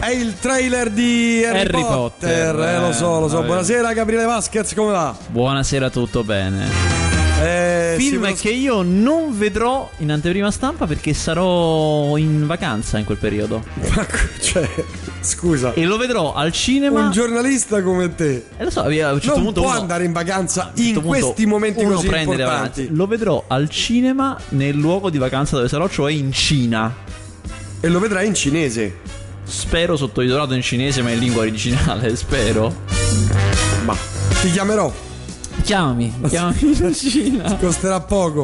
è il trailer di Harry Potter. Lo so. Buonasera Gabriele Vasquez, come va? Buonasera, tutto bene. Film che io non vedrò in anteprima stampa perché sarò in vacanza in quel periodo. Cioè, scusa. E lo vedrò al cinema. Un giornalista come te lo so, a un certo non punto può andare in vacanza in questi momenti così importanti. Lo vedrò al cinema nel luogo di vacanza dove sarò, cioè in Cina. E lo vedrai in cinese. Spero sottotitolato in cinese, ma in lingua originale, spero. Ma ti chiamerò. Chiamami in Cina. Costerà poco.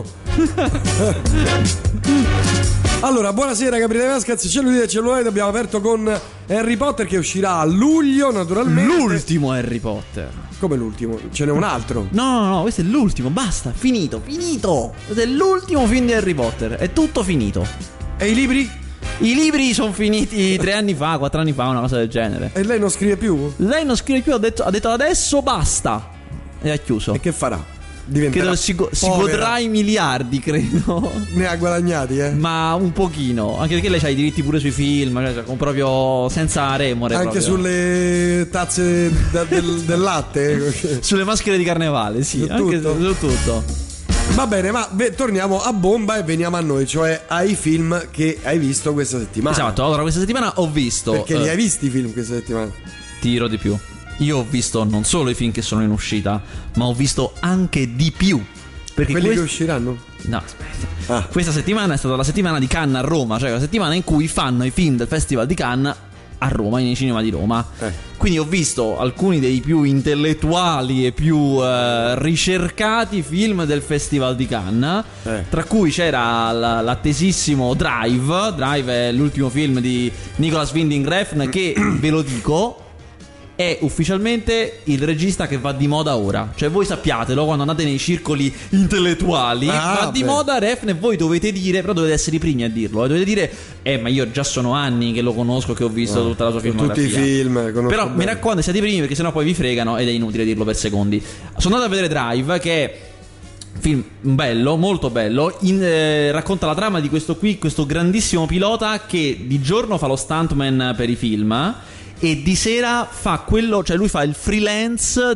Allora, buonasera Gabriele Vasquez, cellulite abbiamo aperto con Harry Potter che uscirà a luglio, naturalmente. L'ultimo Harry Potter. Come l'ultimo? Ce n'è un altro? No, questo è l'ultimo, basta, finito. Questo è l'ultimo film di Harry Potter, è tutto finito. E i libri? I libri sono finiti 3 anni fa, 4 anni fa, una cosa del genere. E lei non scrive più? Lei non scrive più, ha detto adesso basta. E ha chiuso. E che farà? Diventerà credo si godrà i miliardi, credo. Ne ha guadagnati, Ma un pochino. Anche perché lei ha i diritti pure sui film, cioè, proprio senza remore. Anche proprio. Sulle tazze del latte. Sulle maschere di carnevale, sì. Su Anche tutto. su tutto. Va bene, ma torniamo a bomba e veniamo a noi, cioè ai film che hai visto questa settimana. Esatto, allora questa settimana ho visto. Perché li hai visti i film questa settimana? Ti dirò di più. Io ho visto non solo i film che sono in uscita, ma ho visto anche di più. Perché quelli che usciranno? No, aspetta. Questa settimana è stata la settimana di Cannes a Roma, cioè la settimana in cui fanno i film del Festival di Cannes a Roma, nei cinema di Roma. Quindi ho visto alcuni dei più intellettuali e più ricercati film del Festival di Cannes, tra cui c'era l'attesissimo Drive. Drive è l'ultimo film di Nicolas Winding Refn che, ve lo dico, è ufficialmente il regista che va di moda ora. Cioè voi sappiatelo, quando andate nei circoli intellettuali va di moda Refn, e voi dovete dire, però dovete essere i primi a dirlo, dovete dire ma io già sono anni che lo conosco, che ho visto tutta la sua filmografia, tutti i film però mi raccomando, siate i primi, perché sennò poi vi fregano ed è inutile dirlo per secondi. Sono andato a vedere Drive, che è film bello, molto bello. Racconta la trama di questo grandissimo pilota che di giorno fa lo stuntman per i film e di sera fa quello, cioè lui fa il freelance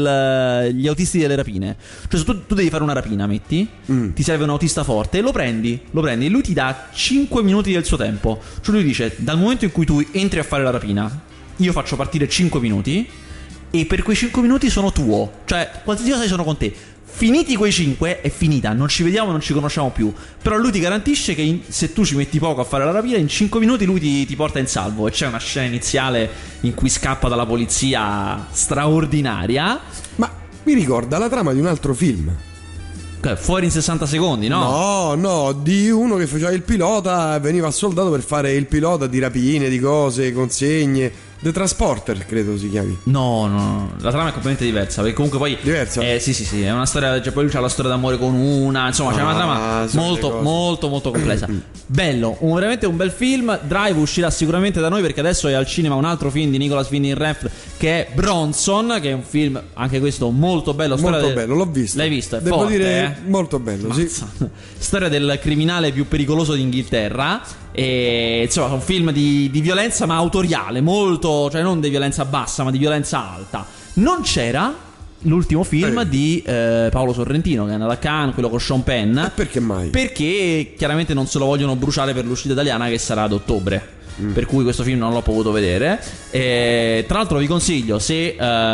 degli autisti delle rapine. Cioè se tu devi fare una rapina, metti, ti serve un autista forte, lo prendi e lui ti dà 5 minuti del suo tempo. Cioè lui dice: dal momento in cui tu entri a fare la rapina, io faccio partire 5 minuti e per quei 5 minuti sono tuo. Cioè qualsiasi cosa sono con te. Finiti quei 5 è finita, non ci vediamo, non ci conosciamo più. Però lui ti garantisce che se tu ci metti poco a fare la rapina, in 5 minuti lui ti porta in salvo. E c'è una scena iniziale in cui scappa dalla polizia straordinaria. Ma mi ricorda la trama di un altro film. Fuori in 60 secondi, no? No, di uno che faceva il pilota, veniva soldato per fare il pilota di rapine, di cose, consegne. The Transporter, credo si chiami. No, la trama è completamente diversa. Perché comunque poi diversa? Sì, è una storia. Cioè, poi lui c'ha la storia d'amore con una. Insomma, c'è una trama molto complessa. Bello, veramente un bel film. Drive uscirà sicuramente da noi, perché adesso è al cinema un altro film di Nicolas Winding Refn, che è Bronson, che è un film anche questo molto bello. Molto bello, l'ho visto. L'hai visto? È Devo forte, dire molto bello, sì. Storia del criminale più pericoloso d'Inghilterra. E insomma, un film di violenza, ma autoriale, molto, cioè non di violenza bassa, ma di violenza alta. Non c'era l'ultimo film di Paolo Sorrentino, che è andato a Cannes, quello con Sean Penn. Perché mai? Perché chiaramente non se lo vogliono bruciare per l'uscita italiana, che sarà ad ottobre. Per cui questo film non l'ho potuto vedere. Tra l'altro vi consiglio, se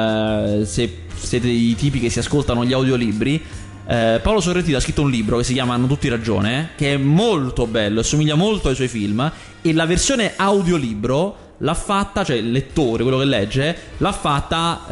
siete i tipi che si ascoltano gli audiolibri, Paolo Sorrentino ha scritto un libro che si chiama Hanno tutti ragione, che è molto bello e somiglia molto ai suoi film, e la versione audiolibro l'ha fatta, cioè il lettore, quello che legge, l'ha fatta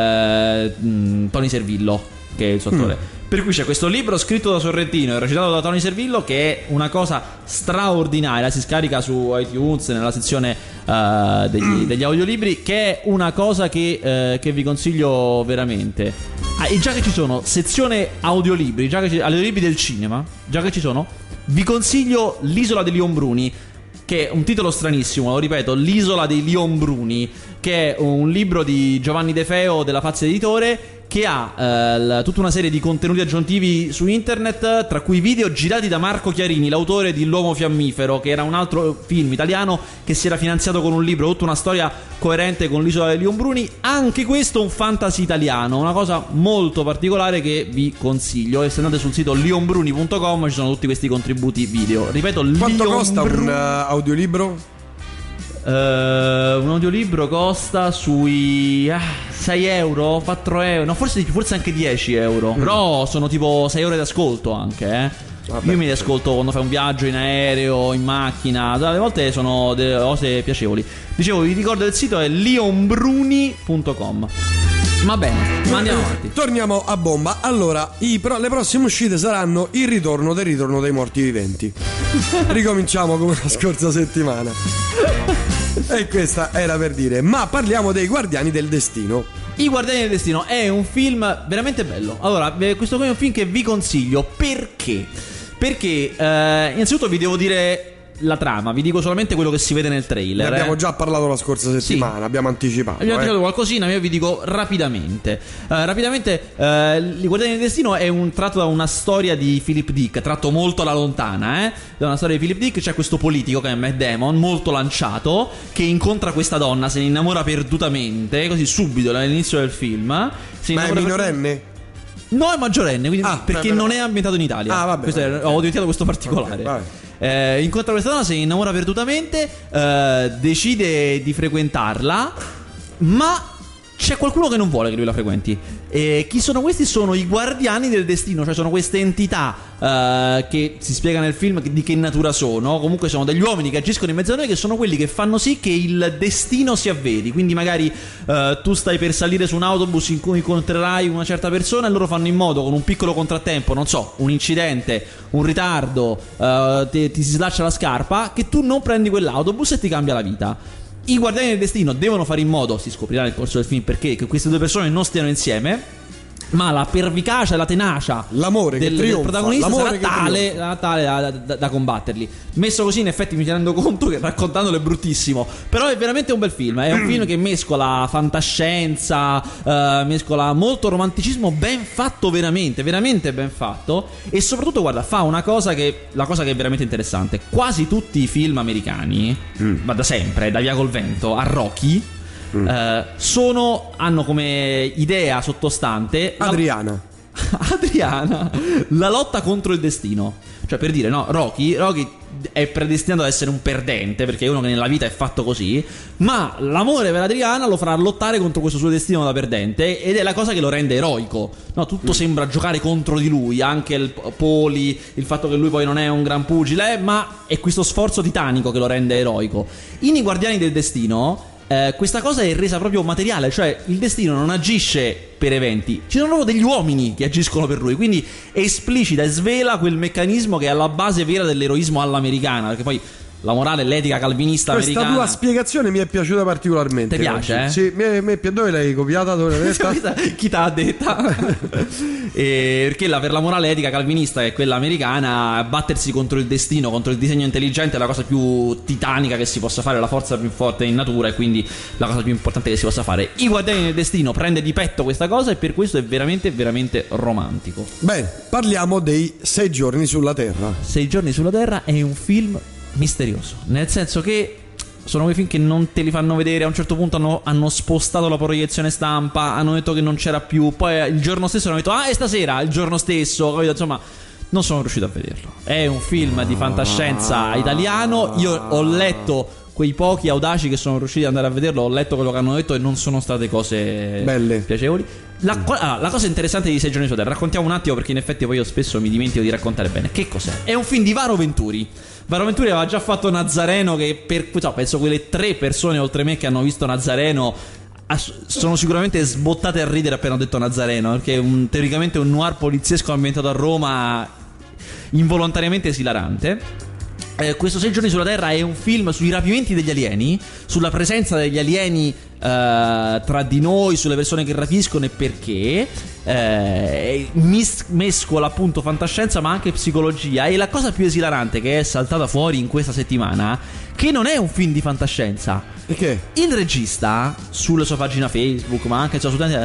Tony Servillo, che è il suo attore. Per cui c'è questo libro scritto da Sorrentino e recitato da Tony Servillo, che è una cosa straordinaria. Si scarica su iTunes nella sezione degli audiolibri, che è una cosa che vi consiglio veramente. E già che ci sono sezione audiolibri, audiolibri del cinema, già che ci sono, vi consiglio L'isola dei Lionbruni, che è un titolo stranissimo, lo ripeto, L'isola dei Lionbruni, che è un libro di Giovanni De Feo della Fazza Editore, che ha tutta una serie di contenuti aggiuntivi su internet, tra cui video girati da Marco Chiarini, l'autore di L'Uomo Fiammifero, che era un altro film italiano che si era finanziato con un libro, tutta una storia coerente con l'isola dei Lionbruni. Anche questo un fantasy italiano, una cosa molto particolare che vi consiglio. E se andate sul sito lionbruni.com ci sono tutti questi contributi video. Ripeto, quanto costa un audiolibro? Un audiolibro costa sui 6 euro, 4 euro, no, forse anche 10 euro. Però sono tipo 6 ore d'ascolto anche, Vabbè, io mi li ascolto quando fai un viaggio in aereo, in macchina. Alle volte sono delle cose piacevoli. Dicevo, vi ricordo il sito è lionbruni.com. Va bene, ma andiamo avanti. Torniamo a bomba. Allora, le prossime uscite saranno il ritorno dei morti viventi. Ricominciamo come la scorsa settimana. E questa era per dire. Ma parliamo dei Guardiani del Destino. I Guardiani del Destino è un film veramente bello. Allora, questo qui è un film che vi consiglio. Perché? Perché innanzitutto vi devo dire la trama, vi dico solamente quello che si vede nel trailer. Ne abbiamo già parlato la scorsa settimana, sì. Abbiamo anticipato. Abbiamo anticipato qualcosina, io vi dico rapidamente. I Guardiani del Destino è tratto da una storia di Philip Dick, tratto molto alla lontana, da una storia di Philip Dick. C'è questo politico che è Matt Damon, molto lanciato, che incontra questa donna, se ne innamora perdutamente, così subito all'inizio del film. Ma è minorenne? No, è maggiorenne, quindi perché non è ambientato in Italia. Vabbè, ho dimenticato questo particolare. Okay, incontra questa donna, si innamora perdutamente, decide di frequentarla, ma c'è qualcuno che non vuole che lui la frequenti. Chi sono questi? Sono i Guardiani del Destino, cioè sono queste entità che si spiega nel film di che natura sono. Comunque sono degli uomini che agiscono in mezzo a noi, che sono quelli che fanno sì che il destino si avveri. Quindi magari tu stai per salire su un autobus in cui incontrerai una certa persona, e loro fanno in modo, con un piccolo contrattempo, non so, un incidente, un ritardo, ti si slaccia la scarpa, che tu non prendi quell'autobus e ti cambia la vita. I Guardiani del Destino devono fare in modo, si scoprirà nel corso del film perché, che queste due persone non stiano insieme, ma la pervicacia e la tenacia l'amore del protagonista sarà tale da combatterli. Messo così, in effetti mi rendo conto che raccontandolo è bruttissimo, però è veramente un bel film. È un film che mescola fantascienza, mescola molto romanticismo, ben fatto, veramente ben fatto. E soprattutto, guarda, fa la cosa che è veramente interessante. Quasi tutti i film americani, ma da sempre, da Via col Vento a Rocky, hanno come idea sottostante Adriana, la lotta contro il destino. Cioè, per dire, no, Rocky è predestinato ad essere un perdente, perché è uno che nella vita è fatto così, ma l'amore per Adriana lo farà lottare contro questo suo destino da perdente, ed è la cosa che lo rende eroico. No, tutto sembra giocare contro di lui, anche il poli, il fatto che lui poi non è un gran pugile, ma è questo sforzo titanico che lo rende eroico. In I Guardiani del Destino questa cosa è resa proprio materiale, cioè il destino non agisce per eventi, ci sono proprio degli uomini che agiscono per lui, quindi esplicita e svela quel meccanismo che è alla base vera dell'eroismo all'americana, perché poi la morale e l'etica calvinista americana. Questa tua spiegazione mi è piaciuta particolarmente. Ti piace? Sì, dove l'hai copiata? Dove l'hai detta? Chi te l'ha detta? Perché per la morale etica calvinista, che è quella americana, battersi contro il destino, contro il disegno intelligente, è la cosa più titanica che si possa fare, la forza più forte in natura, e quindi la cosa più importante che si possa fare. I Guardiani del Destino prende di petto questa cosa, e per questo è veramente romantico. Bene, parliamo dei 6 giorni sulla Terra. 6 giorni sulla Terra è un film misterioso, nel senso che sono quei film che non te li fanno vedere. A un certo punto hanno spostato la proiezione stampa, hanno detto che non c'era più, poi il giorno stesso hanno detto è stasera, il giorno stesso, capito? Insomma, non sono riuscito a vederlo. È un film di fantascienza italiano. Io ho letto quei pochi audaci che sono riusciti ad andare a vederlo, ho letto quello che hanno detto e non sono state cose belle, piacevoli. La cosa interessante di 6 giorni sulla Terra, raccontiamo un attimo, perché in effetti poi io spesso mi dimentico di raccontare bene. Che cos'è? È un film di Varo Venturi. Varo Venturi aveva già fatto Nazareno, che penso quelle 3 persone oltre me che hanno visto Nazareno sono sicuramente sbottate a ridere appena ho detto Nazareno, perché è teoricamente un noir poliziesco ambientato a Roma, involontariamente esilarante. Questo 6 giorni sulla Terra è un film sui rapimenti degli alieni, sulla presenza degli alieni tra di noi, sulle persone che rapiscono e perché. Mescola appunto fantascienza ma anche psicologia. E la cosa più esilarante che è saltata fuori in questa settimana, che non è un film di fantascienza. Perché? Il regista, sulla sua pagina Facebook, ma anche su internet,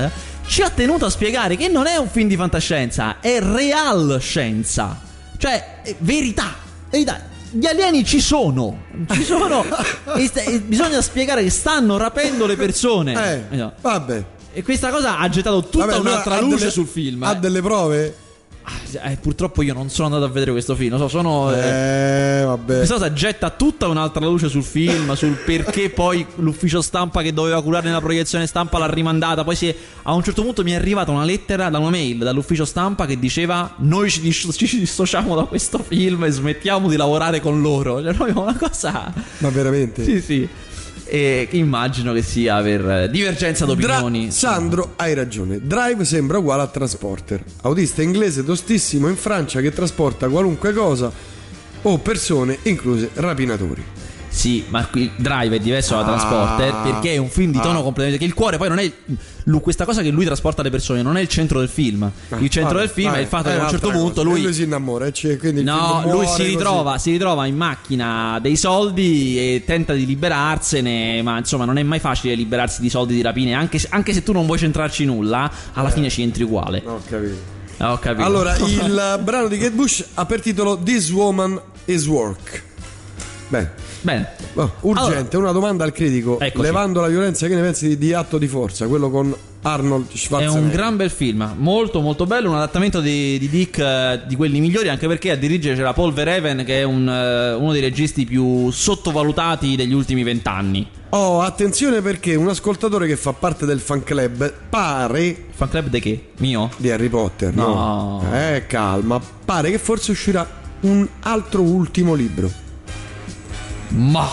ci ha tenuto a spiegare che non è un film di fantascienza, è real scienza, cioè è verità. Gli alieni ci sono e bisogna spiegare che stanno rapendo le persone. Vabbè. E questa cosa ha gettato tutta un'altra luce sul film. Ha delle prove? Purtroppo io non sono andato a vedere questo film. Vabbè. Questa cosa getta tutta un'altra luce sul film, sul perché poi l'ufficio stampa che doveva curare la proiezione stampa l'ha rimandata. Poi a un certo punto mi è arrivata una lettera da una mail dall'ufficio stampa che diceva: noi ci dissociamo da questo film e smettiamo di lavorare con loro. Cioè, proprio una cosa. Ma veramente? Sì. E immagino che sia per divergenza d'opinioni. Sandro, hai ragione. Drive sembra uguale a Transporter, autista inglese tostissimo in Francia che trasporta qualunque cosa o persone, incluse rapinatori. Sì, ma qui Drive è diverso da Transporter perché è un film di tono completamente. Che il cuore poi non è questa cosa che lui trasporta le persone, non è il centro del film. Il centro del film è il fatto che a un certo punto lui si innamora, quindi lui si ritrova in macchina dei soldi e tenta di liberarsene, ma insomma non è mai facile liberarsi di soldi di rapine, anche se tu non vuoi centrarci nulla, alla fine ci entri uguale. Ho capito. Allora, il brano di Kate Bush ha per titolo This Woman is Work. Bene. Urgente, una domanda al critico. Eccoci. Levando la violenza, che ne pensi di Atto di Forza, quello con Arnold Schwarzenegger? È un gran bel film, molto molto bello, un adattamento di Dick di quelli migliori, anche perché a dirigere c'era Paul Verhoeven, che è uno dei registi più sottovalutati degli ultimi 20 anni. Attenzione, perché un ascoltatore che fa parte del fan club pare... Fan club di che? Mio? Di Harry Potter. No. Calma. Pare che forse uscirà un altro ultimo libro. Ma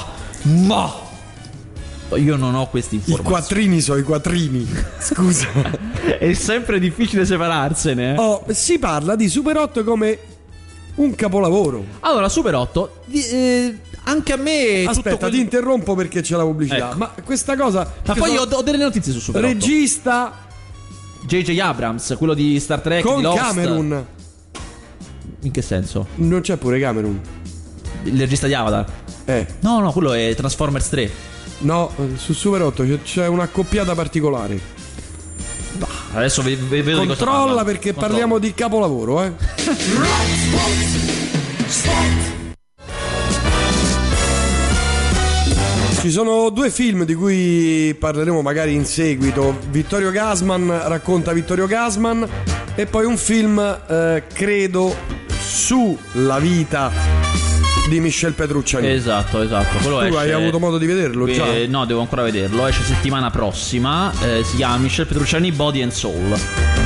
io non ho questi informazioni. I quattrini sono i quattrini. Scusa. È sempre difficile separarsene. Si parla di Super 8 come un capolavoro. Allora, Super 8 anche a me. Aspetta, ti interrompo perché c'è la pubblicità. Ecco. Ma questa cosa. Ma poi ho delle notizie su Super 8. Regista J.J. Abrams, quello di Star Trek, con di Lost. Cameron. In che senso? Non c'è pure Cameron? Il regista di Avatar. No, quello è Transformers 3. No, su Super 8 c'è un'accoppiata particolare. Adesso vedo di cosa controlla, perché parliamo di capolavoro, Ci sono due film di cui parleremo magari in seguito. Vittorio Gassman racconta Vittorio Gassman, e poi un film credo sulla vita di Michel Petrucciani. Esatto. Quello tu hai avuto modo di vederlo già? No, devo ancora vederlo. Esce settimana prossima. Si chiama Michel Petrucciani Body and Soul.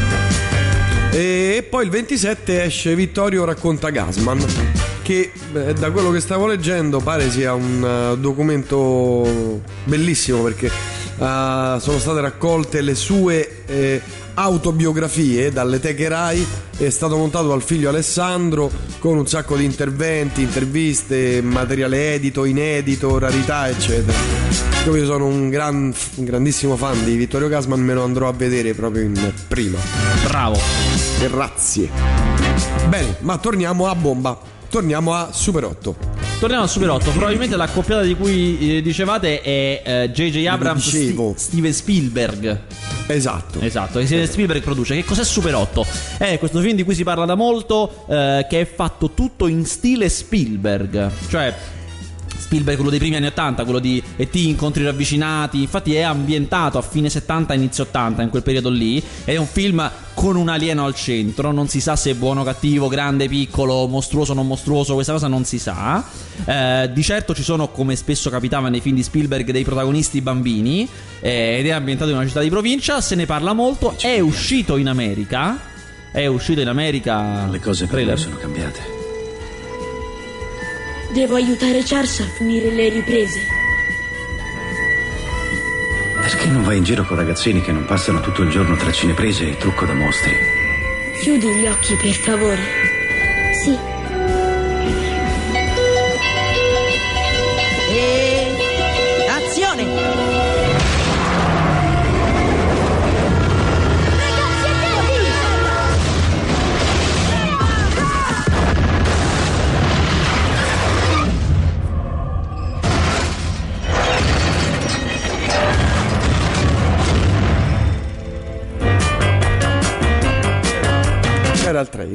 E poi il 27 esce Vittorio racconta Gassman, che da quello che stavo leggendo pare sia un documento bellissimo, perché sono state raccolte le sue autobiografie dalle teche Rai. È stato montato dal figlio Alessandro con un sacco di interventi, interviste, materiale edito, inedito, rarità, eccetera. Io sono un grandissimo fan di Vittorio Gassman, me lo andrò a vedere proprio in prima. Bravo. Grazie. Bene, ma torniamo a bomba. Torniamo a Super 8. Torniamo a Super 8. Probabilmente l'accoppiata di cui dicevate è J.J. Abrams, Steven Spielberg. Esatto. Che Steven Spielberg produce. Che cos'è Super 8? È questo film di cui si parla da molto, che è fatto tutto in stile Spielberg. Cioè Spielberg, quello dei primi anni 80, quello di E.T., Incontri ravvicinati. Infatti è ambientato a fine 70, inizio 80, in quel periodo lì. Ed è un film con un alieno al centro. Non si sa se è buono o cattivo, grande, piccolo, mostruoso o non mostruoso. Questa cosa non si sa. Di certo ci sono, come spesso capitava nei film di Spielberg, dei protagonisti bambini, ed è ambientato in una città di provincia. Se ne parla molto. È uscito in America. Le cose per me sono cambiate. Devo aiutare Charles a finire le riprese. Perché non vai in giro con ragazzini che non passano tutto il giorno tra cineprese e trucco da mostri? Chiudi gli occhi, per favore. Sì. E azione!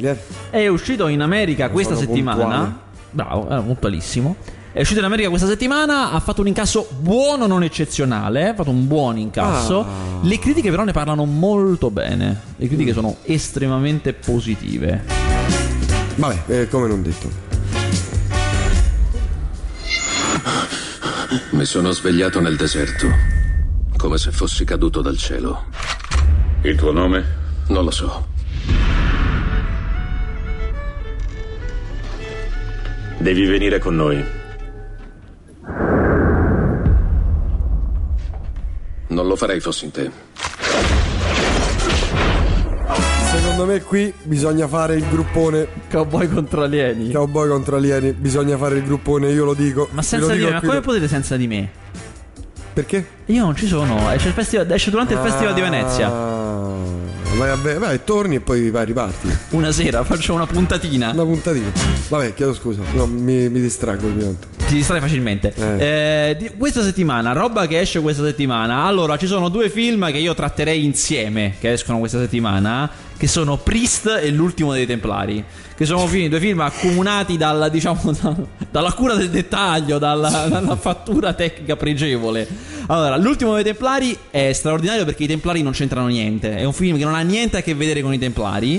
puntuali, È uscito in America questa Sono settimana. puntuali. Bravo, era puntualissimo. È uscito in America questa settimana, ha fatto un incasso buono, non eccezionale, ha fatto un buon incasso. Le critiche però ne parlano molto bene. Le critiche sono estremamente positive. Vabbè, come non detto. Mi sono svegliato nel deserto, come se fossi caduto dal cielo. Il tuo nome? Non lo so. Devi venire con noi. Non lo farei fossi in te. Secondo me qui bisogna fare il gruppone Cowboy contro alieni. Cowboy contro alieni. Bisogna fare il gruppone, io lo dico. Ma Ve senza lo di dico me, ma qui. come potete senza di me? Perché? Io non ci sono, esce durante il Festival di Venezia. Vai, torni e poi vai, riparti. Una sera faccio una puntatina. Una puntatina. Vabbè, chiedo scusa. No, mi distraggo ovviamente. Ti distrai facilmente. Questa settimana, roba che esce questa settimana. Allora, ci sono due film che io tratterei insieme, che escono questa settimana, che sono Priest e L'ultimo dei Templari. Che sono due film accomunati dalla cura del dettaglio, dalla fattura tecnica pregevole. Allora, L'ultimo dei Templari è straordinario perché i Templari non c'entrano niente. È un film che non ha niente a che vedere con i Templari,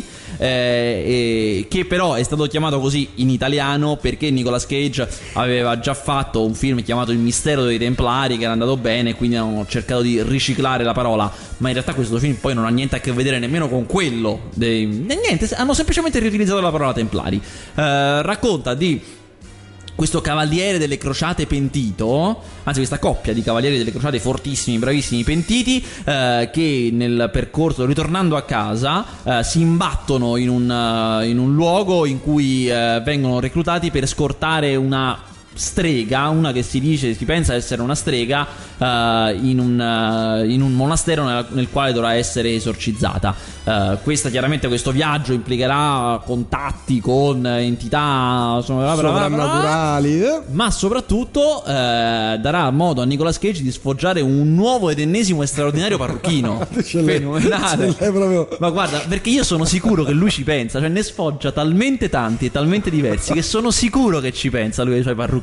che però è stato chiamato così in italiano perché Nicolas Cage aveva già fatto un film chiamato Il mistero dei Templari, che era andato bene, quindi hanno cercato di riciclare la parola. Ma in realtà questo film poi non ha niente a che vedere nemmeno con quello niente, hanno semplicemente riutilizzato la parola Templari. Racconta di questo cavaliere delle crociate pentito, anzi questa coppia di cavalieri delle crociate fortissimi, bravissimi, pentiti, che nel percorso, ritornando a casa, si imbattono in un luogo in cui vengono reclutati per scortare una strega, una che si pensa essere una strega, in un monastero nel quale dovrà essere esorcizzata. Questo viaggio implicherà contatti con entità sovrannaturali, ma soprattutto darà modo a Nicolas Cage di sfoggiare un nuovo ed ennesimo e straordinario parrucchino. Fenomenale. Ma guarda, perché io sono sicuro che lui ci pensa, cioè ne sfoggia talmente tanti e talmente diversi che sono sicuro che ci pensa lui ai suoi parrucchini.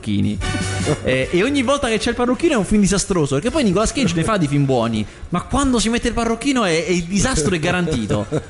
E ogni volta che c'è il parrucchino è un film disastroso, perché poi Nicolas Cage ne fa di film buoni, ma quando si mette il parrucchino il disastro è garantito.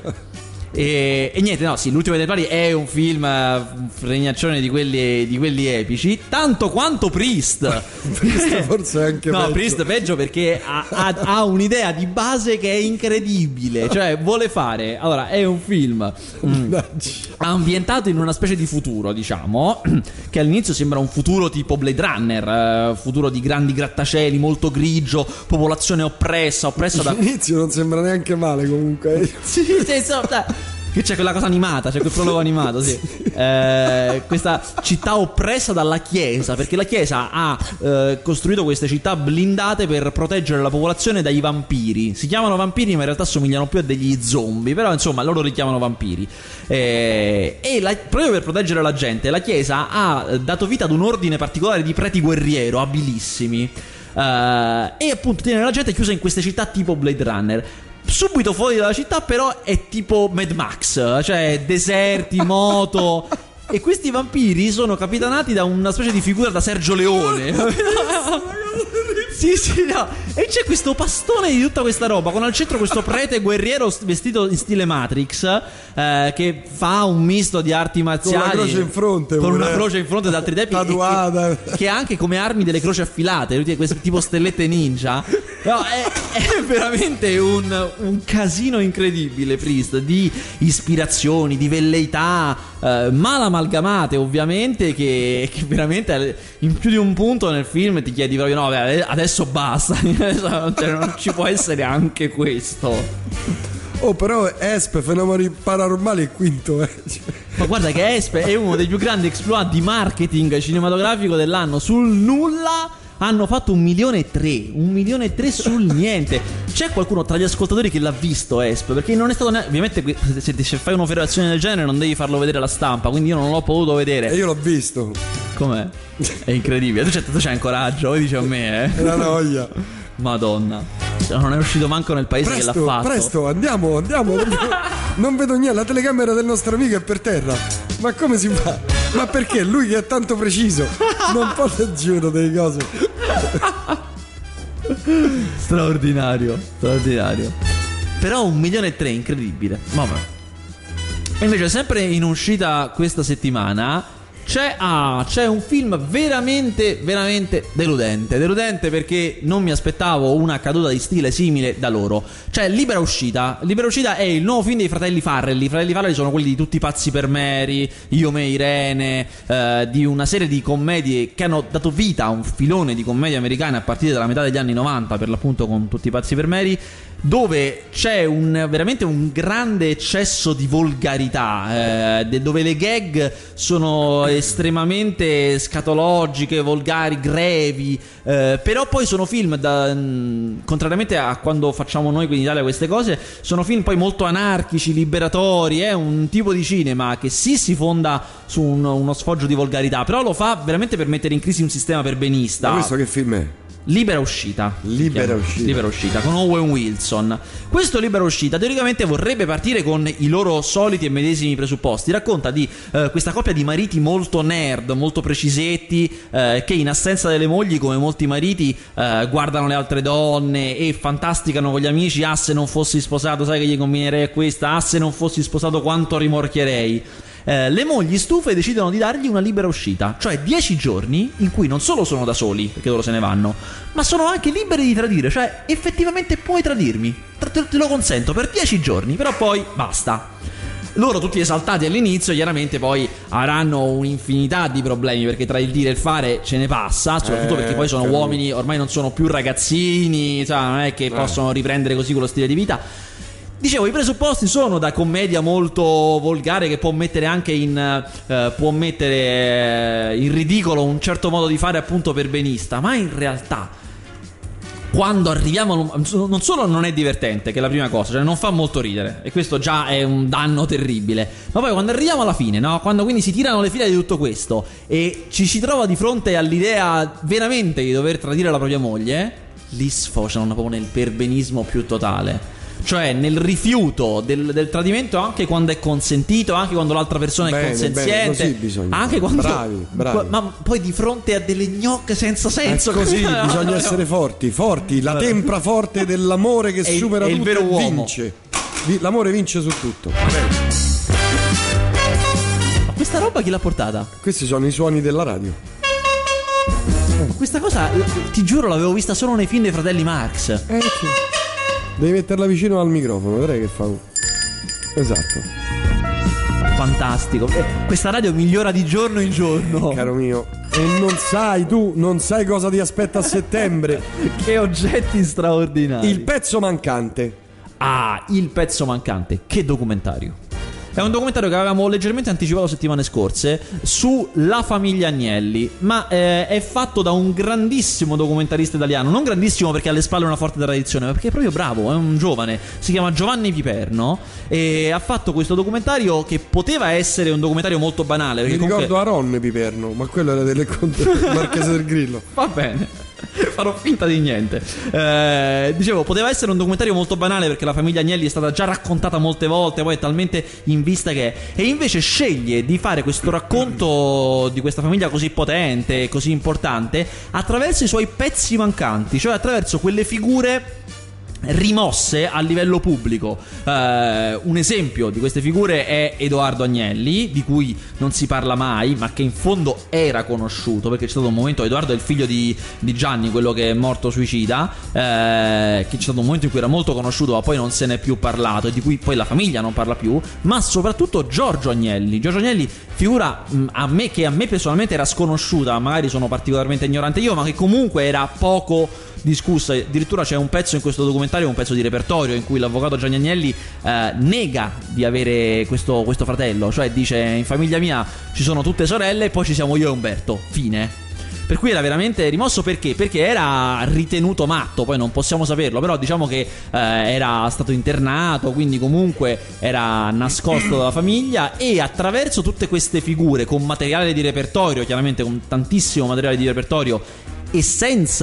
E niente, no, sì, L'ultimo dei Templari è un film fregnaccione di quelli epici, tanto quanto Priest. Priest forse è anche peggio. Priest peggio perché ha un'idea di base che è incredibile. Cioè vuole fare, allora, è un film ambientato in una specie di futuro, diciamo, che all'inizio sembra un futuro tipo Blade Runner, futuro di grandi grattacieli, molto grigio, popolazione oppressa da... All'inizio non sembra neanche male comunque. Sì, insomma, che c'è quella cosa animata, c'è quel prologo animato, sì. Questa città oppressa dalla chiesa, perché la chiesa ha costruito queste città blindate per proteggere la popolazione dai vampiri. Si chiamano vampiri, ma in realtà somigliano più a degli zombie, però insomma loro li chiamano vampiri. Proprio per proteggere la gente, la chiesa ha dato vita ad un ordine particolare di preti guerriero abilissimi, e appunto tiene la gente chiusa in queste città tipo Blade Runner. Subito fuori dalla città però è tipo Mad Max, cioè deserti, moto. E questi vampiri sono capitanati da una specie di figura da Sergio Leone. Sì, no. E c'è questo pastone di tutta questa roba, con al centro questo prete guerriero vestito in stile Matrix, che fa un misto di arti marziali con una croce in fronte, con una croce in fronte da altri tempi, tatuata, che ha anche come armi delle croci affilate, queste tipo stellette ninja. No, è veramente un casino incredibile, Priest, di ispirazioni, di velleità mal amalgamate, ovviamente, che veramente in più di un punto nel film ti chiedi proprio: no, beh, adesso basta, cioè, non ci può essere anche questo. Oh, però Esp, Fenomeni Paranormali, è quinto, Ma guarda che Esp è uno dei più grandi exploit di marketing cinematografico dell'anno. Sul nulla hanno fatto 1,3 milioni, 1,3 sul niente. C'è qualcuno tra gli ascoltatori che l'ha visto Esp? Perché non è stato ovviamente, se fai un'operazione del genere non devi farlo vedere alla stampa, quindi io non l'ho potuto vedere. E io l'ho visto. Com'è? È incredibile. Tu c'hai coraggio, poi dici a me, È una noia. Madonna. Non è uscito manco nel paese che l'ha fatto. Presto, andiamo. Non vedo niente, la telecamera del nostro amico è per terra. Ma come si fa? Ma perché? Lui che è tanto preciso non può leggere delle cose. Straordinario. Però 1,3 milioni, incredibile. Vabbè. E invece sempre in uscita questa settimana c'è un film veramente deludente perché non mi aspettavo una caduta di stile simile da loro. Cioè Libera Uscita è il nuovo film dei fratelli Farrelly. I fratelli Farrelly sono quelli di Tutti i pazzi per Mary, Io me Irene, di una serie di commedie che hanno dato vita a un filone di commedie americane a partire dalla metà degli anni 90, per l'appunto con Tutti i pazzi per Mary, dove c'è veramente un grande eccesso di volgarità, dove le gag sono estremamente scatologiche, volgari, grevi, però poi sono film, contrariamente a quando facciamo noi qui in Italia queste cose, sono film poi molto anarchici, liberatori. È un tipo di cinema che sì si fonda su uno sfoggio di volgarità, però lo fa veramente per mettere in crisi un sistema perbenista. Ma questo che film è? Libera Uscita con Owen Wilson. Questo Libera Uscita teoricamente vorrebbe partire con i loro soliti e medesimi presupposti. Racconta di questa coppia di mariti molto nerd, molto precisetti, che in assenza delle mogli, come molti mariti, guardano le altre donne e fantasticano con gli amici. Ah, se non fossi sposato, sai che gli combinerei a questa. Ah, se non fossi sposato quanto rimorchierei. Le mogli stufe decidono di dargli una libera uscita, cioè 10 giorni in cui non solo sono da soli, perché loro se ne vanno, ma sono anche liberi di tradire. Cioè effettivamente puoi tradirmi, te lo consento per 10 giorni, però poi basta. Loro tutti esaltati all'inizio, chiaramente poi avranno un'infinità di problemi, perché tra il dire e il fare ce ne passa, soprattutto perché poi sono uomini, ormai non sono più ragazzini, cioè non è che possono riprendere così quello stile di vita. Dicevo, i presupposti sono da commedia molto volgare, che può mettere anche in ridicolo un certo modo di fare appunto perbenista, ma in realtà quando arriviamo, non solo non è divertente, che è la prima cosa, cioè non fa molto ridere, e questo già è un danno terribile, ma poi quando arriviamo alla fine, no? Quando quindi si tirano le fila di tutto questo e ci si trova di fronte all'idea veramente di dover tradire la propria moglie, lì sfociano proprio nel perbenismo più totale. Cioè nel rifiuto del tradimento, anche quando è consentito, anche quando l'altra persona è consenziente, anche quando bravi. Ma poi di fronte a delle gnocche senza senso, è così, bisogna essere forti. La tempra forte dell'amore che supera tutto, il vero uomo vince. L'amore vince su tutto. Ma questa roba chi l'ha portata? Questi sono i suoni della radio. Questa cosa, ti giuro, l'avevo vista solo nei film dei fratelli Marx. Sì. Devi metterla vicino al microfono, vedrai che fa. Esatto. Fantastico. Questa radio migliora di giorno in giorno. Caro mio. E non sai cosa ti aspetta a settembre. Che oggetti straordinari. Il pezzo mancante. Ah, Il pezzo mancante. Che documentario. È un documentario che avevamo leggermente anticipato settimane scorse sulla famiglia Agnelli, ma è fatto da un grandissimo documentarista italiano. Non grandissimo perché ha alle spalle una forte tradizione, ma perché è proprio bravo, è un giovane. Si chiama Giovanni Piperno e ha fatto questo documentario che poteva essere un documentario molto banale. Mi ricordo Aron Piperno, ma quello era delle Marchese del Grillo. Va bene. Farò finta di niente. Dicevo, poteva essere un documentario molto banale perché la famiglia Agnelli è stata già raccontata molte volte, poi è talmente in vista che è. E invece sceglie di fare questo racconto di questa famiglia così potente, così importante, attraverso i suoi pezzi mancanti, cioè attraverso quelle figure rimosse a livello pubblico. Un esempio di queste figure è Edoardo Agnelli, di cui non si parla mai, ma che in fondo era conosciuto, perché c'è stato un momento, Edoardo è il figlio di Gianni, quello che è morto suicida, che c'è stato un momento in cui era molto conosciuto, ma poi non se n'è più parlato, e di cui poi la famiglia non parla più. Ma soprattutto Giorgio Agnelli, figura a me personalmente era sconosciuta, magari sono particolarmente ignorante io, ma che comunque era poco discussa. Addirittura c'è un pezzo in questo documentario, un pezzo di repertorio, in cui l'avvocato Gianni Agnelli nega di avere questo fratello, cioè dice: in famiglia mia ci sono tutte sorelle e poi ci siamo io e Umberto, fine. Per cui era veramente rimosso. Perché era ritenuto matto, poi non possiamo saperlo, però diciamo che era stato internato, quindi comunque era nascosto dalla famiglia. E attraverso tutte queste figure, con materiale di repertorio, chiaramente con tantissimo materiale di repertorio, e senza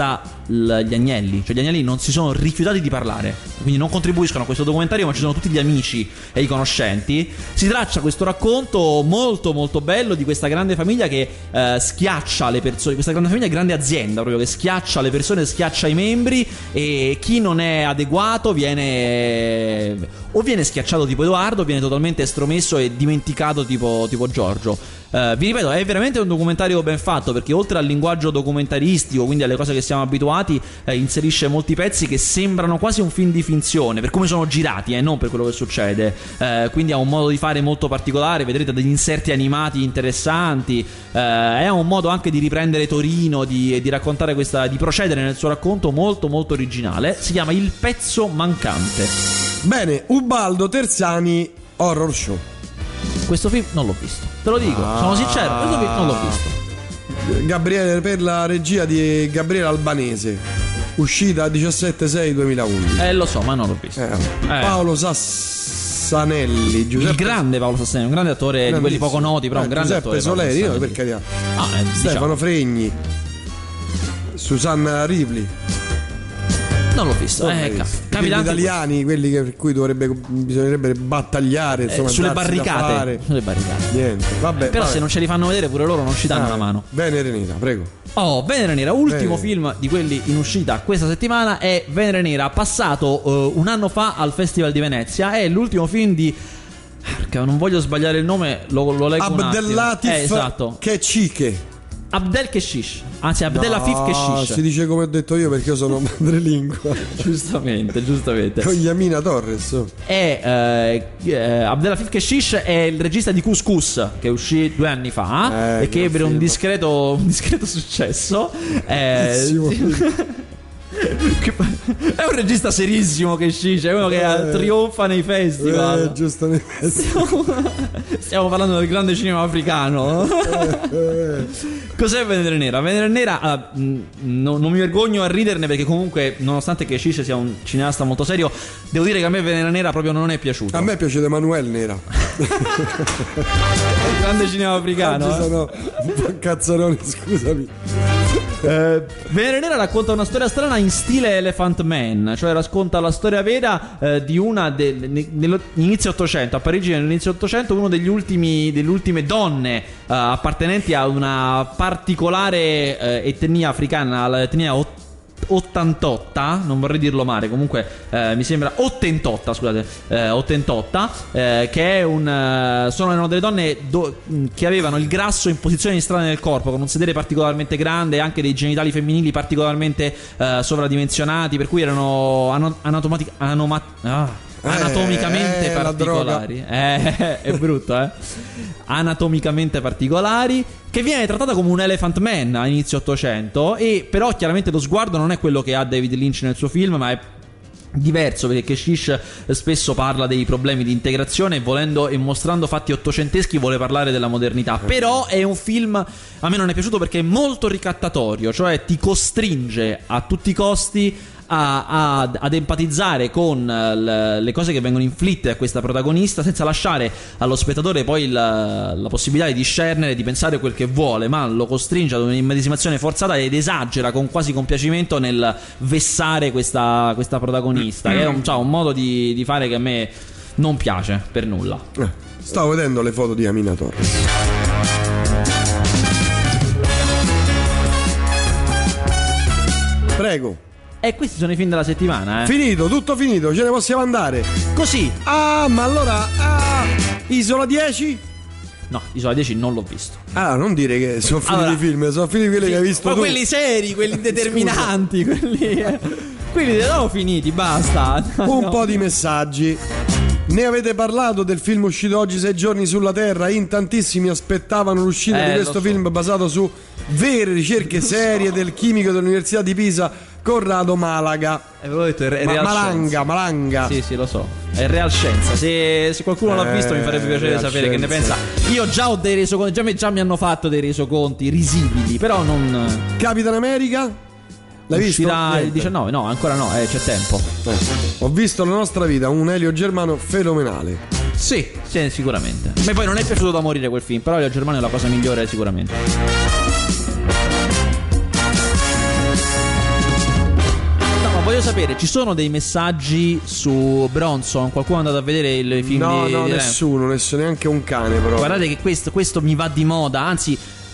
gli agnelli. Cioè gli agnelli non si sono rifiutati di parlare, quindi non contribuiscono a questo documentario, ma ci sono tutti gli amici e i conoscenti. Si traccia questo racconto molto molto bello di questa grande famiglia che schiaccia le persone, questa grande famiglia, grande azienda proprio, che schiaccia le persone, schiaccia i membri, e chi non è adeguato viene schiacciato tipo Edoardo, viene totalmente estromesso e dimenticato tipo Giorgio. Vi ripeto, è veramente un documentario ben fatto, perché oltre al linguaggio documentaristico, quindi alle cose che siamo abituati, inserisce molti pezzi che sembrano quasi un film di finzione, per come sono girati, non per quello che succede. Quindi ha un modo di fare molto particolare, vedrete degli inserti animati interessanti, è un modo anche di riprendere Torino, di raccontare di procedere nel suo racconto molto molto originale. Si chiama Il pezzo mancante. Bene, Ubaldo Terzani Horror Show. Questo film non l'ho visto, te lo dico, sono sincero, questo film non l'ho visto. Gabriele, per la regia di Gabriele Albanese, uscita 17/6/2011. Lo so, ma non l'ho visto. Paolo Sassanelli, Giuseppe, il grande Paolo Sassanelli, un grande attore di quelli poco noti, però un grande Giuseppe attore. Soleri, no, per carità. Stefano Fregni, Susanna Rivli. Non l'ho visto. Capita italiani, quelli per cui bisognerebbe battagliare, insomma, sulle barricate. Niente, vabbè. Però se non ce li fanno vedere pure loro non ci danno una mano. Venere Nera, prego. Venere Nera, ultimo film di quelli in uscita questa settimana è Venere Nera, passato un anno fa al Festival di Venezia. È l'ultimo film di, non voglio sbagliare il nome, lo leggo Abdellatif esatto. Keshike. Abdel Keshish, anzi Abdelafif Keshish. Si dice come ho detto io perché io sono madrelingua. Giustamente. Con Yamina Torres. Abdelafif Keshish è il regista di Couscous, che uscì 2 anni fa e che ebbe un discreto successo. È un regista serissimo Keshish, è uno che trionfa nei festival. Giustamente. Stiamo parlando del grande cinema africano. Cos'è Venere Nera? Venere Nera, non mi vergogno a riderne, perché comunque, nonostante Keshish sia un cineasta molto serio, devo dire che a me Venere Nera proprio non è piaciuto. A me piace Emanuele Nera. Il grande cinema africano. Oggi sono un po' cazzarone, scusami. Venere Nera racconta una storia strana in stile Elephant Man, cioè racconta la storia vera di una nell'inizio 800, a Parigi nell'inizio 800, uno delle ultime donne appartenenti a una particolare etnia africana, l'etnia Ottantotta, non vorrei dirlo male, comunque mi sembra Ottentotta, scusate, Ottentotta, che è sono delle donne che avevano il grasso in posizioni strane nel corpo, con un sedere particolarmente grande e anche dei genitali femminili particolarmente sovradimensionati, per cui erano anatomicamente particolari. È brutto, anatomicamente particolari, che viene trattata come un Elephant Man a inizio 800, e però chiaramente lo sguardo non è quello che ha David Lynch nel suo film, ma è diverso, perché Keshish spesso parla dei problemi di integrazione, volendo e mostrando fatti ottocenteschi vuole parlare della modernità. Però è un film, a me non è piaciuto perché è molto ricattatorio, cioè ti costringe a tutti i costi ad empatizzare con le cose che vengono inflitte a questa protagonista, senza lasciare allo spettatore poi la possibilità di discernere, di pensare quel che vuole, ma lo costringe ad un'immedesimazione forzata ed esagera con quasi compiacimento nel vessare questa protagonista, che è un modo di fare che a me non piace per nulla. Stavo vedendo le foto di Amina Torres. Prego. E questi sono i film della settimana, Finito, tutto finito, ce ne possiamo andare. Così. Ma allora Isola 10? No, Isola 10 non l'ho visto. Allora, non dire che sono finiti i film, sono finiti quelli che hai visto ma tu. quelli seri, quelli determinanti, quelli sono finiti, basta. Un po' di messaggi. Ne avete parlato del film uscito oggi, 6 giorni sulla Terra? In tantissimi aspettavano l'uscita di questo film basato su vere ricerche serie del chimico dell'Università di Pisa, Corrado Malaga. Avevo detto è Real Malanga. Sì, lo so. È Real Scienza. Se qualcuno l'ha visto mi farebbe piacere sapere Scienza. Che ne pensa. Io già ho dei resoconti, già mi hanno fatto dei resoconti risibili, però non. Capitan America? L'hai visto? Uscirà il 19, no, ancora no, c'è tempo. Ho visto La nostra vita, un Elio Germano fenomenale. Sì, sicuramente. Ma poi non è piaciuto da morire quel film, però Elio Germano è la cosa migliore sicuramente. voglio sapere, ci sono dei messaggi su Bronson? Qualcuno è andato a vedere il film No, di nessuno, neanche un cane però. Guardate che questo mi va di moda, anzi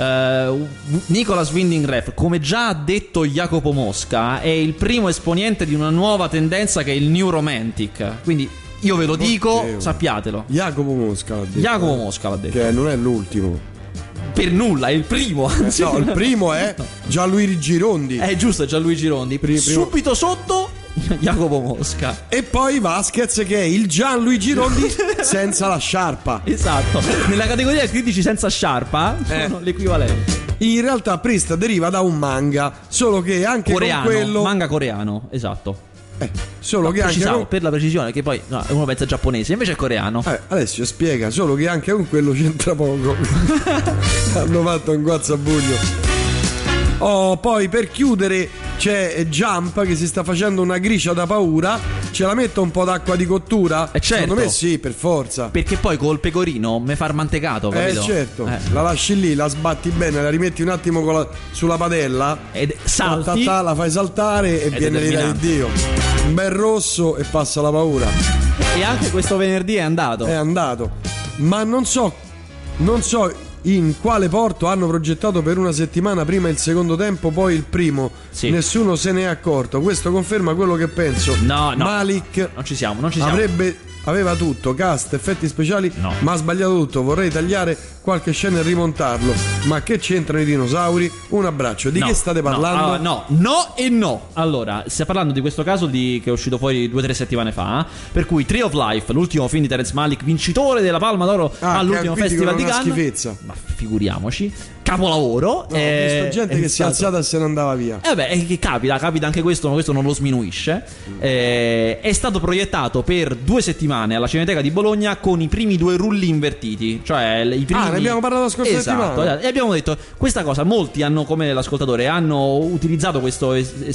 Nicolas Winding Refn, come già ha detto Jacopo Mosca, è il primo esponente di una nuova tendenza che è il New Romantic. Quindi io ve lo dico, sappiatelo. Jacopo Mosca l'ha detto. Jacopo Mosca l'ha detto. Che non è l'ultimo. Per nulla, è il primo. Anzi. No, il primo è Gianluigi Girondi. È giusto, è Gianluigi Girondi. Subito sotto Jacopo Mosca. E poi Vasquez, che è il Gianluigi Girondi senza la sciarpa. Esatto. Nella categoria critici senza sciarpa sono l'equivalente. In realtà Priest deriva da un manga, solo che anche coreano, con quello manga coreano, esatto. Solo che anche con... per la precisione, che poi uno pensa giapponese, invece è coreano. Alessio spiega, solo che anche con quello c'entra poco. Hanno fatto un guazzabuglio. Poi per chiudere c'è Jump che si sta facendo una gricia da paura. Ce la metto un po' d'acqua di cottura? Certo. Secondo me sì, per forza. Perché poi col pecorino me fa il mantecato, capito? Certo. La lasci lì, la sbatti bene, la rimetti un attimo sulla padella ed salti, la fai saltare e viene l'ira di Dio. Un bel rosso e passa la paura. E anche questo venerdì è andato. È andato. Ma non so in quale porto hanno progettato per una settimana prima il secondo tempo, poi il primo. Sì. Nessuno se ne è accorto. Questo conferma quello che penso. No. Malik non ci siamo. Aveva tutto, cast, effetti speciali, ma ha sbagliato tutto. Vorrei tagliare qualche scena e rimontarlo. Ma che c'entrano i dinosauri? Un abbraccio. Di che state parlando? No. Allora, stiamo parlando di questo caso che è uscito fuori 2 o 3 settimane fa. Per cui Tree of Life, l'ultimo film di Terrence Malick, vincitore della Palma d'Oro all'ultimo festival di Cannes. Schifezza. Ma figuriamoci. Capolavoro. Ho visto gente che si è alzata e se ne andava via. Che capita anche questo, ma questo non lo sminuisce. È stato proiettato per 2 settimane alla Cineteca di Bologna con i primi 2 rulli invertiti. Cioè i primi... ne abbiamo parlato la scorsa settimana. E abbiamo detto questa cosa, molti hanno, come l'ascoltatore, hanno utilizzato questo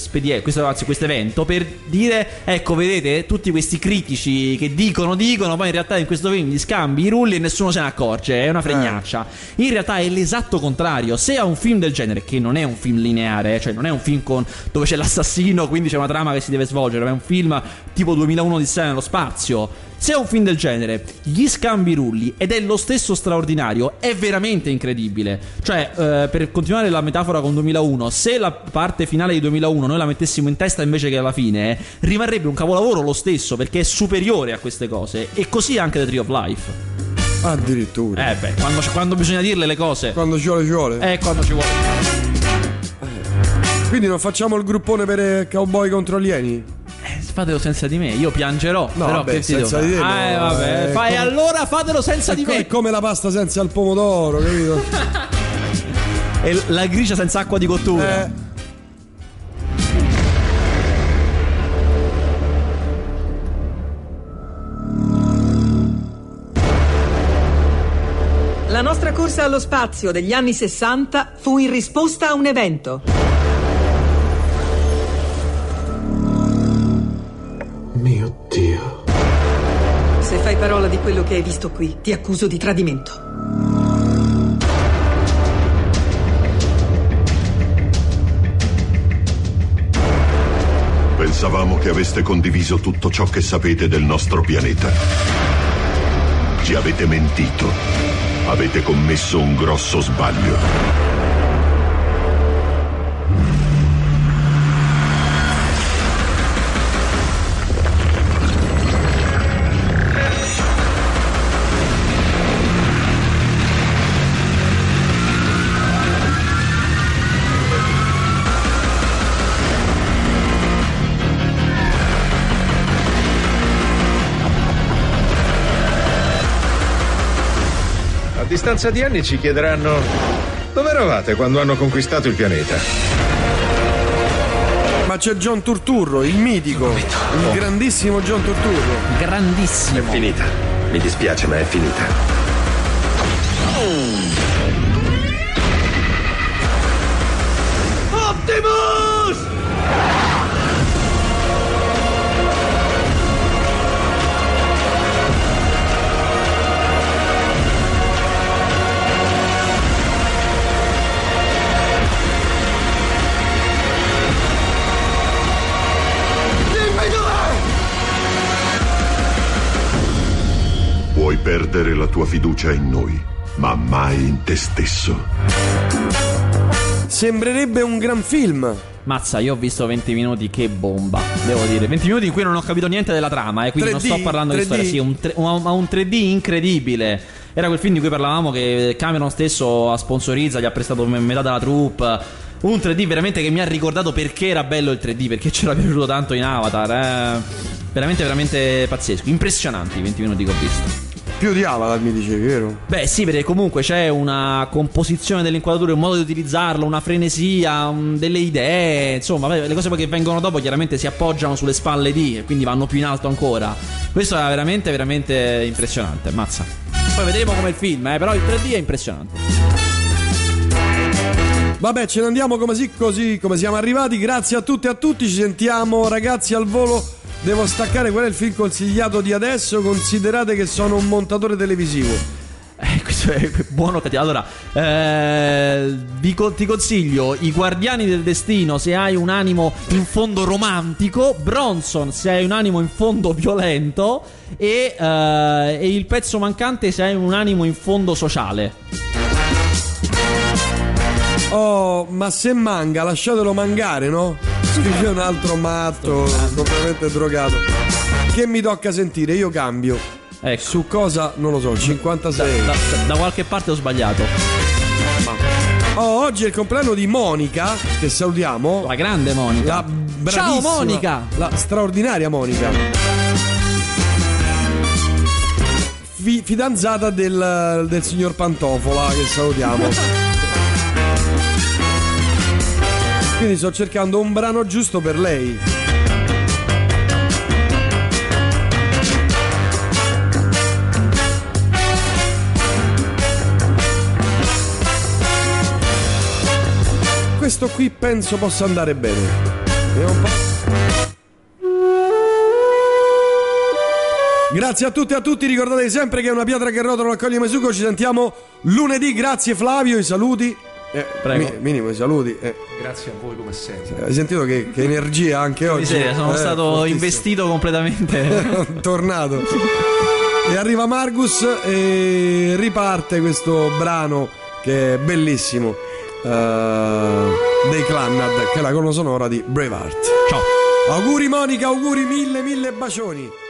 evento per dire, ecco, vedete, tutti questi critici che dicono, poi in realtà in questo film gli scambi i rulli e nessuno se ne accorge, è una fregnaccia. In realtà è l'esatto contrario. Se a un film del genere, che non è un film lineare, cioè non è un film dove c'è l'assassino, quindi c'è una trama che si deve svolgere, ma è un film tipo 2001 Odissea nello spazio. Se è un film del genere, gli scambi rulli, ed è lo stesso straordinario, è veramente incredibile. Cioè, per continuare la metafora con 2001, se la parte finale di 2001 noi la mettessimo in testa invece che alla fine, rimarrebbe un capolavoro lo stesso, perché è superiore a queste cose. E così anche The Tree of Life. Addirittura. Quando bisogna dirle le cose. Quando ci vuole. Quando ci vuole. Quindi non facciamo il gruppone per Cowboy contro alieni? Fatelo senza di me, io piangerò. No, però vabbè, senza di te. E allora fatelo senza di me. È come la pasta senza il pomodoro, capito? E la gricia senza acqua di cottura. La nostra corsa allo spazio degli anni 60 fu in risposta a un evento. Mio Dio. Se fai parola di quello che hai visto qui, ti accuso di tradimento. Pensavamo che aveste condiviso tutto ciò che sapete del nostro pianeta. Ci avete mentito. Avete commesso un grosso sbaglio. A distanza di anni ci chiederanno dove eravate quando hanno conquistato il pianeta. Ma c'è John Turturro, il mitico, il grandissimo John Turturro. Grandissimo. È finita. Mi dispiace, ma è finita. Optimus! perdere la tua fiducia in noi, ma mai in te stesso. Sembrerebbe un gran film. Mazza, io ho visto 20 minuti, che bomba, devo dire. 20 minuti in cui non ho capito niente della trama, quindi 3D, non sto parlando 3D. Di storia. Sì, un 3D incredibile. Era quel film di cui parlavamo, che Cameron stesso sponsorizza, gli ha prestato metà della troupe. Un 3D veramente che mi ha ricordato perché era bello il 3D, perché c'era piaciuto tanto in Avatar. Veramente, veramente pazzesco. Impressionanti i 20 minuti che ho visto. Più di Avatar mi dicevi, vero? Beh sì, perché comunque c'è una composizione delle inquadrature, un modo di utilizzarlo, una frenesia, delle idee. Insomma, le cose poi che vengono dopo chiaramente si appoggiano sulle spalle di, e quindi vanno più in alto ancora. Questo è veramente, veramente impressionante, mazza. Poi vedremo come il film, però il 3D è impressionante. Vabbè, ce ne andiamo così come siamo arrivati. Grazie a tutti e a tutti. Ci sentiamo, ragazzi, al volo. Devo staccare. Qual è il film consigliato di adesso? Considerate che sono un montatore televisivo. Questo è buono, cattivo. Allora, ti consiglio I Guardiani del Destino se hai un animo in fondo romantico, Bronson se hai un animo in fondo violento e Il pezzo mancante se hai un animo in fondo sociale. Oh, ma se manga, lasciatelo mangare, no? Scrive un altro matto, completamente drogato. Che mi tocca sentire? Io cambio. Ecco. Su cosa? Non lo so, 56. Da qualche parte ho sbagliato. Oh, oggi è il compleanno di Monica, che salutiamo. La grande Monica. La bravissima, ciao Monica. La straordinaria Monica. Fidanzata del signor Pantofola, che salutiamo. Quindi sto cercando un brano giusto per lei. Questo qui penso possa andare bene. Vediamo un po'. Grazie a tutti e a tutti. Ricordatevi sempre che è una pietra che rotola, raccoglie mai succo. Ci sentiamo lunedì. Grazie Flavio, i saluti. Prego. Minimo i saluti. Grazie a voi come sempre. Hai sentito che energia anche oggi? Miseria, sono stato fortissimo. Investito completamente. Tornato. E arriva Margus e riparte questo brano che è bellissimo, dei Clannad, che è la colonna sonora di Braveheart. Ciao. Auguri Monica, auguri, mille bacioni.